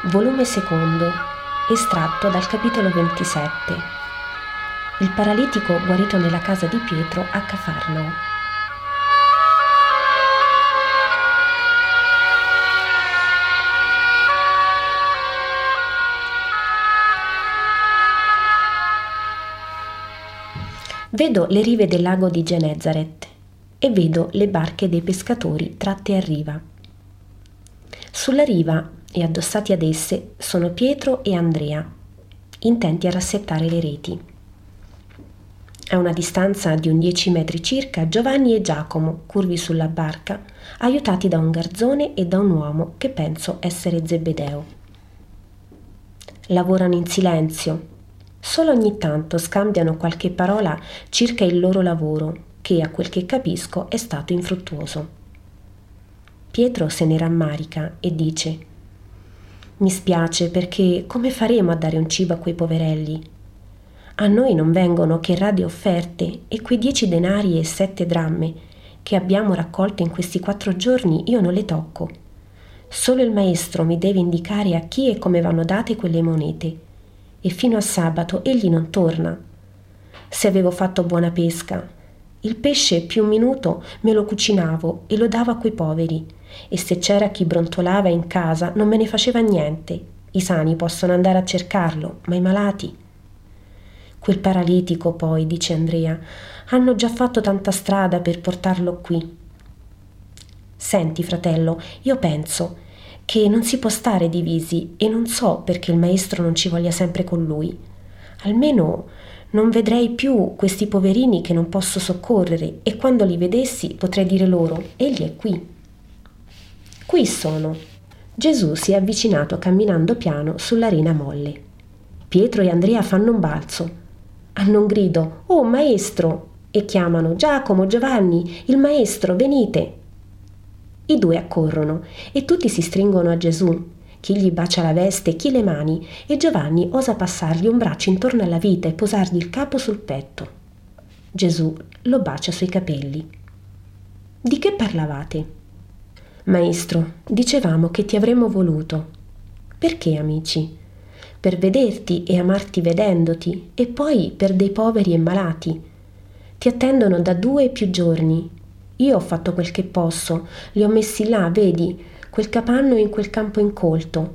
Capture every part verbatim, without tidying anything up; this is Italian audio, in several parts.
Volume secondo, estratto dal capitolo ventisette. Il paralitico guarito nella casa di Pietro a Cafarnao. Vedo le rive del lago di Genezaret e vedo le barche dei pescatori tratte a riva. Sulla riva e addossati ad esse sono Pietro e Andrea, intenti a rassettare le reti. A una distanza di un dieci metri circa, Giovanni e Giacomo, curvi sulla barca, aiutati da un garzone e da un uomo che penso essere Zebedeo. Lavorano in silenzio, solo ogni tanto scambiano qualche parola circa il loro lavoro, che a quel che capisco è stato infruttuoso. Pietro se ne rammarica e dice: «Mi spiace perché come faremo a dare un cibo a quei poverelli? A noi non vengono che rade offerte e quei dieci denari e sette dramme che abbiamo raccolto in questi quattro giorni io non le tocco. Solo il maestro mi deve indicare a chi e come vanno date quelle monete e fino a sabato egli non torna. Se avevo fatto buona pesca, il pesce più un minuto me lo cucinavo e lo davo a quei poveri. E se c'era chi brontolava in casa non me ne faceva niente. I sani possono andare a cercarlo, ma i malati. Quel paralitico poi, dice Andrea, hanno già fatto tanta strada per portarlo qui. Senti, fratello, io penso che non si può stare divisi e non so perché il maestro non ci voglia sempre con lui. Almeno non vedrei più questi poverini che non posso soccorrere e quando li vedessi potrei dire loro: egli è qui. Qui sono. Gesù si è avvicinato camminando piano sull'arena molle. Pietro e Andrea fanno un balzo. Hanno un grido: «Oh, maestro!» e chiamano: «Giacomo, Giovanni, il maestro, venite!» I due accorrono e tutti si stringono a Gesù. Chi gli bacia la veste, chi le mani, e Giovanni osa passargli un braccio intorno alla vita e posargli il capo sul petto. Gesù lo bacia sui capelli. «Di che parlavate?» «Maestro, dicevamo che ti avremmo voluto». «Perché, amici?» «Per vederti e amarti vedendoti, e poi per dei poveri e malati. Ti attendono da due e più giorni. Io ho fatto quel che posso, li ho messi là, vedi, quel capanno in quel campo incolto.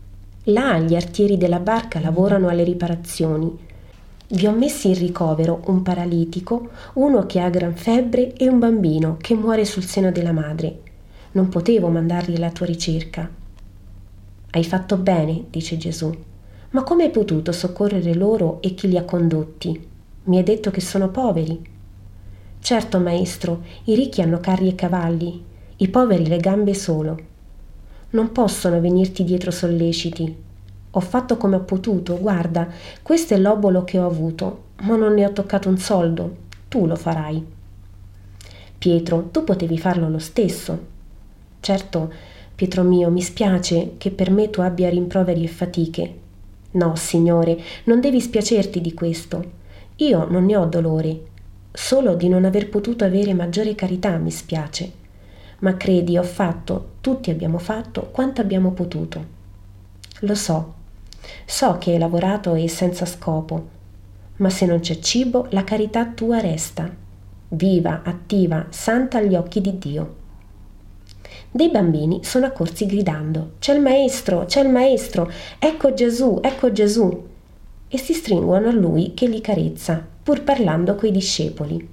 Là gli artieri della barca lavorano alle riparazioni. Vi ho messi in ricovero un paralitico, uno che ha gran febbre e un bambino che muore sul seno della madre. Non potevo mandarli alla tua ricerca». «Hai fatto bene», dice Gesù. «Ma come hai potuto soccorrere loro e chi li ha condotti? Mi hai detto che sono poveri». «Certo, maestro, i ricchi hanno carri e cavalli, i poveri le gambe solo. Non possono venirti dietro solleciti. Ho fatto come ho potuto, guarda, questo è l'obolo che ho avuto, ma non ne ho toccato un soldo. Tu lo farai». «Pietro, tu potevi farlo lo stesso». «Certo, Pietro mio, mi spiace che per me tu abbia rimproveri e fatiche». «No, Signore, non devi spiacerti di questo. Io non ne ho dolore. Solo di non aver potuto avere maggiore carità mi spiace. Ma credi, ho fatto, tutti abbiamo fatto quanto abbiamo potuto». «Lo so, so che hai lavorato e senza scopo, ma se non c'è cibo, la carità tua resta, viva, attiva, santa agli occhi di Dio». Dei bambini sono accorsi gridando: «C'è il maestro, c'è il maestro, ecco Gesù, ecco Gesù!» e si stringono a lui che li carezza, pur parlando coi discepoli.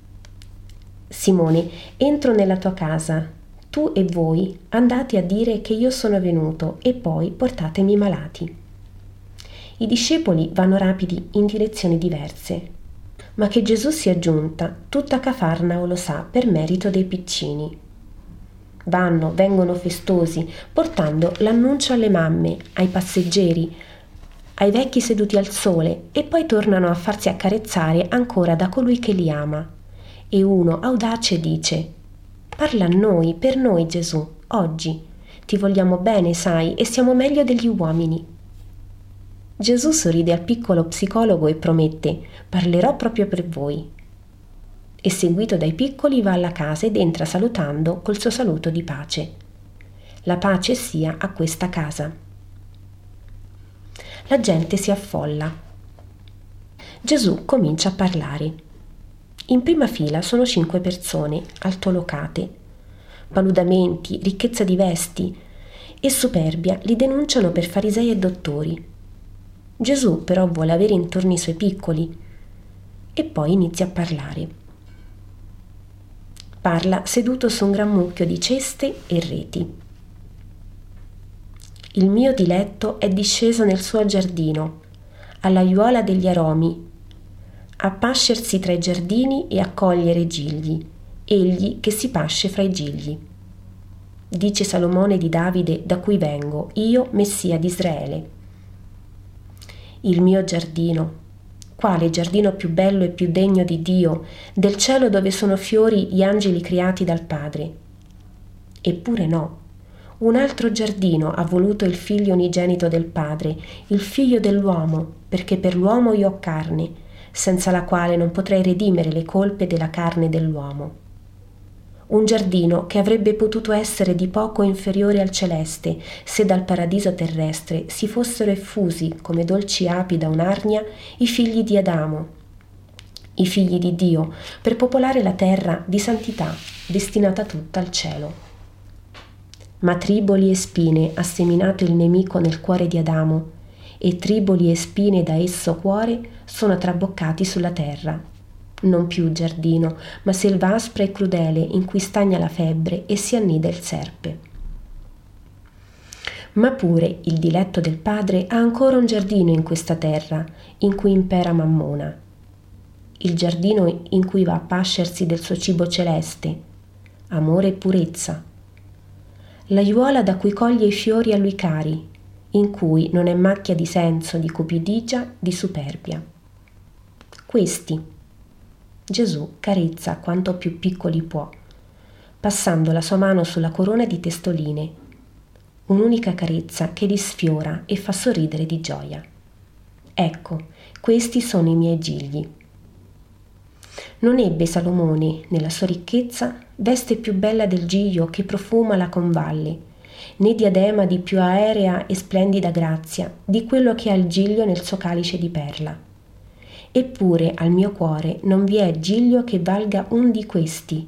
«Simone, entro nella tua casa, tu e voi andate a dire che io sono venuto e poi portatemi i malati». I discepoli vanno rapidi in direzioni diverse, ma che Gesù sia giunta, tutta Cafarnao lo sa per merito dei piccini. Vanno, vengono festosi, portando l'annuncio alle mamme, ai passeggeri, ai vecchi seduti al sole, e poi tornano a farsi accarezzare ancora da colui che li ama. E uno, audace, dice: «Parla a noi, per noi Gesù, oggi. Ti vogliamo bene, sai, e siamo meglio degli uomini». Gesù sorride al piccolo psicologo e promette: «Parlerò proprio per voi». E seguito dai piccoli va alla casa ed entra salutando col suo saluto di pace. La pace sia a questa casa. La gente si affolla. Gesù comincia a parlare. In prima fila sono cinque persone, altolocate. Paludamenti, ricchezza di vesti e superbia li denunciano per farisei e dottori. Gesù però vuole avere intorno i suoi piccoli e poi inizia a parlare. Parla seduto su un gran mucchio di ceste e reti. Il mio diletto è disceso nel suo giardino, all'aiuola degli aromi, a pascersi tra i giardini e a cogliere gigli, egli che si pasce fra i gigli. Dice Salomone di Davide, da cui vengo, io, Messia di Israele. Il mio giardino, quale giardino più bello e più degno di Dio, del cielo dove sono fiori gli angeli creati dal Padre? Eppure no. Un altro giardino ha voluto il figlio unigenito del Padre, il figlio dell'uomo, perché per l'uomo io ho carne, senza la quale non potrei redimere le colpe della carne dell'uomo. Un giardino che avrebbe potuto essere di poco inferiore al celeste, se dal paradiso terrestre si fossero effusi, come dolci api da un'arnia, i figli di Adamo, i figli di Dio, per popolare la terra di santità, destinata tutta al cielo. Ma triboli e spine ha seminato il nemico nel cuore di Adamo, e triboli e spine da esso cuore sono traboccati sulla terra. Non più giardino, ma selva aspra e crudele in cui stagna la febbre e si annida il serpe. Ma pure il diletto del Padre ha ancora un giardino in questa terra, in cui impera Mammona. Il giardino in cui va a pascersi del suo cibo celeste, amore e purezza. L'aiuola da cui coglie i fiori a lui cari, in cui non è macchia di senso, di cupidigia, di superbia. Questi Gesù carezza quanto più piccoli può, passando la sua mano sulla corona di testoline, un'unica carezza che li sfiora e fa sorridere di gioia. Ecco, questi sono i miei gigli. Non ebbe Salomone, nella sua ricchezza, veste più bella del giglio che profuma la convalle, né diadema di più aerea e splendida grazia di quello che ha il giglio nel suo calice di perla. Eppure al mio cuore non vi è giglio che valga un di questi.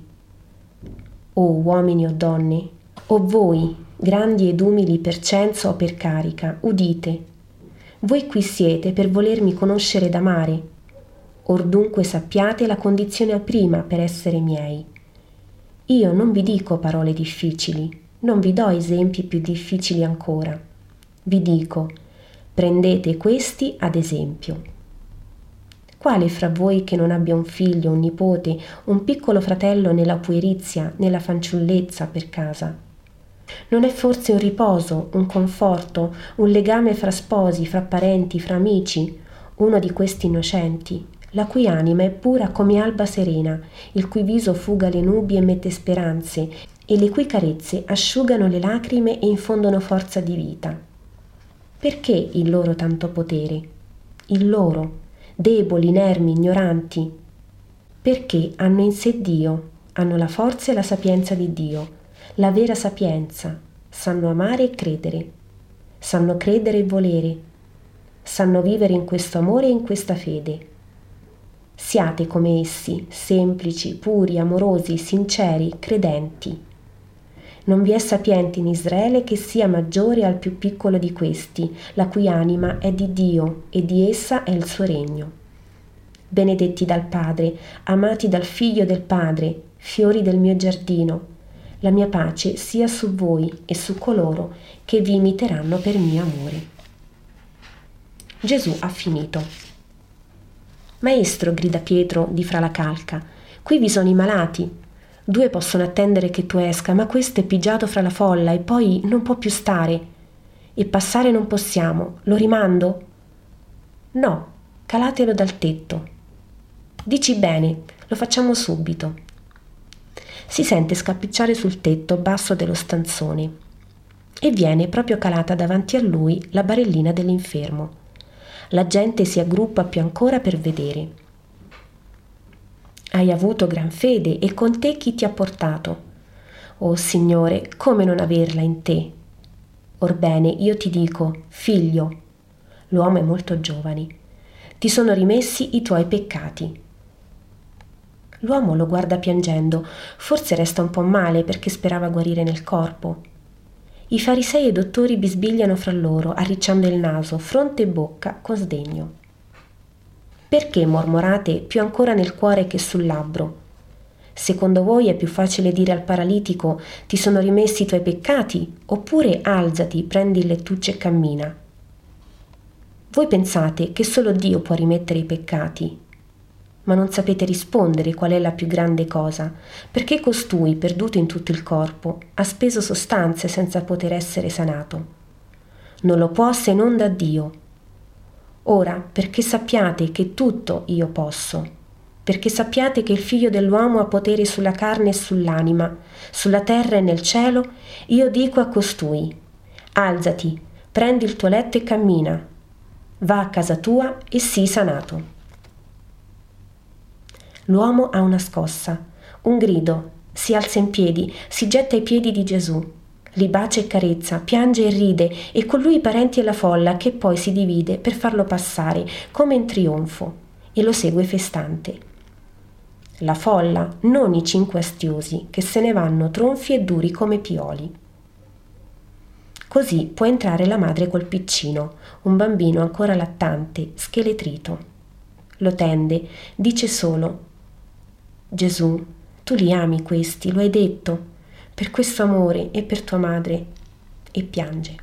O uomini o donne, o voi, grandi ed umili per censo o per carica, udite. Voi qui siete per volermi conoscere d'amare. Or dunque sappiate la condizione prima per essere miei. Io non vi dico parole difficili, non vi do esempi più difficili ancora. Vi dico, prendete questi ad esempio. Quale fra voi che non abbia un figlio, un nipote, un piccolo fratello nella puerizia, nella fanciullezza per casa? Non è forse un riposo, un conforto, un legame fra sposi, fra parenti, fra amici, uno di questi innocenti, la cui anima è pura come alba serena, il cui viso fuga le nubi e mette speranze, e le cui carezze asciugano le lacrime e infondono forza di vita? Perché il loro tanto potere? Il loro, deboli, inermi, ignoranti? Perché hanno in sé Dio, hanno la forza e la sapienza di Dio, la vera sapienza, sanno amare e credere, sanno credere e volere, sanno vivere in questo amore e in questa fede. Siate come essi, semplici, puri, amorosi, sinceri, credenti. Non vi è sapiente in Israele che sia maggiore al più piccolo di questi, la cui anima è di Dio e di essa è il suo regno. Benedetti dal Padre, amati dal Figlio del Padre, fiori del mio giardino, la mia pace sia su voi e su coloro che vi imiteranno per mio amore. Gesù ha finito. Maestro, grida Pietro di fra la calca, qui vi sono i malati. Due possono attendere che tu esca, ma questo è pigiato fra la folla e poi non può più stare. E passare non possiamo. Lo rimando? No, calatelo dal tetto. Dici bene, lo facciamo subito. Si sente scappicciare sul tetto basso dello stanzone e viene proprio calata davanti a lui la barellina dell'infermo. La gente si aggruppa più ancora per vedere. Hai avuto gran fede e con te chi ti ha portato? Oh Signore, come non averla in te? Orbene, io ti dico, figlio, L'uomo è molto giovane. Ti sono rimessi i tuoi peccati. L'uomo lo guarda piangendo, forse resta un po' male perché sperava guarire nel corpo. I farisei e i dottori bisbigliano fra loro, arricciando il naso, fronte e bocca, con sdegno. Perché mormorate più ancora nel cuore che sul labbro? Secondo voi è più facile dire al paralitico ti sono rimessi i tuoi peccati, oppure alzati, prendi il lettuccio e cammina? Voi pensate che solo Dio può rimettere i peccati, ma non sapete rispondere qual è la più grande cosa, perché costui, perduto in tutto il corpo, ha speso sostanze senza poter essere sanato. Non lo può se non da Dio. Ora, perché sappiate che tutto io posso, perché sappiate che il Figlio dell'uomo ha potere sulla carne e sull'anima, sulla terra e nel cielo, io dico a costui, alzati, prendi il tuo letto e cammina, va a casa tua e sii sanato. L'uomo ha una scossa, un grido, si alza in piedi, si getta ai piedi di Gesù, li bacia e carezza, piange e ride, e con lui i parenti e la folla che poi si divide per farlo passare come in trionfo e lo segue festante. La folla, non i cinque astiosi che se ne vanno tronfi e duri come pioli. Così può entrare la madre col piccino, un bambino ancora lattante, scheletrito. Lo tende, dice solo: Gesù, tu li ami questi, lo hai detto, per questo amore e per tua madre, e piange.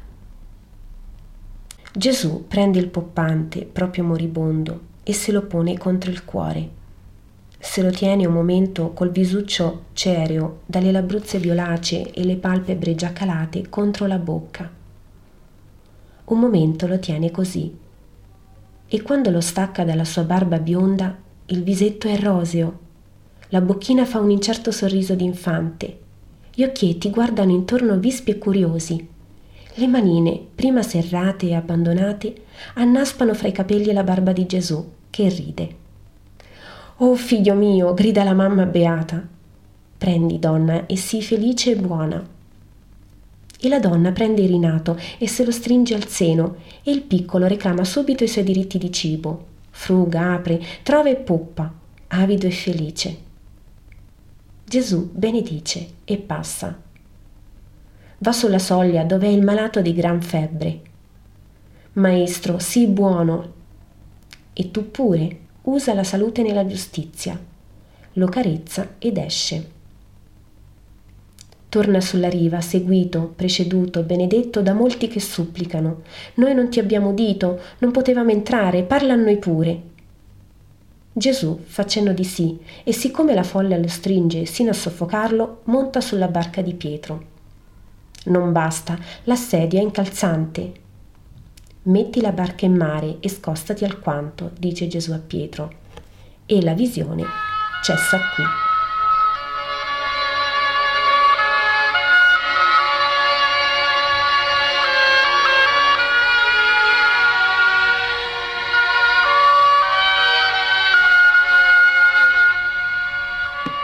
Gesù prende il poppante, proprio moribondo, e se lo pone contro il cuore. Se lo tiene un momento col visuccio cereo, dalle labbruzze violacee e le palpebre già calate contro la bocca. Un momento lo tiene così, e quando lo stacca dalla sua barba bionda, il visetto è roseo. La bocchina fa un incerto sorriso d'infante. Gli occhietti guardano intorno vispi e curiosi. Le manine, prima serrate e abbandonate, annaspano fra i capelli e la barba di Gesù, che ride. «Oh, figlio mio!» grida la mamma beata. «Prendi, donna, e sii felice e buona». E la donna prende il rinato e se lo stringe al seno, e il piccolo reclama subito i suoi diritti di cibo. Fruga, apre, trova e poppa, avido e felice. Gesù benedice e passa. Va sulla soglia dove è il malato di gran febbre. Maestro, sii buono, e tu pure usa la salute nella giustizia. Lo carezza ed esce. Torna sulla riva, seguito, preceduto, benedetto da molti che supplicano. Noi non ti abbiamo udito, non potevamo entrare, parla a noi pure. Gesù fa cenno di sì, e siccome la folla lo stringe sino a soffocarlo, monta sulla barca di Pietro. Non basta, l'assedio è incalzante. Metti la barca in mare e scostati alquanto, dice Gesù a Pietro, e la visione cessa qui.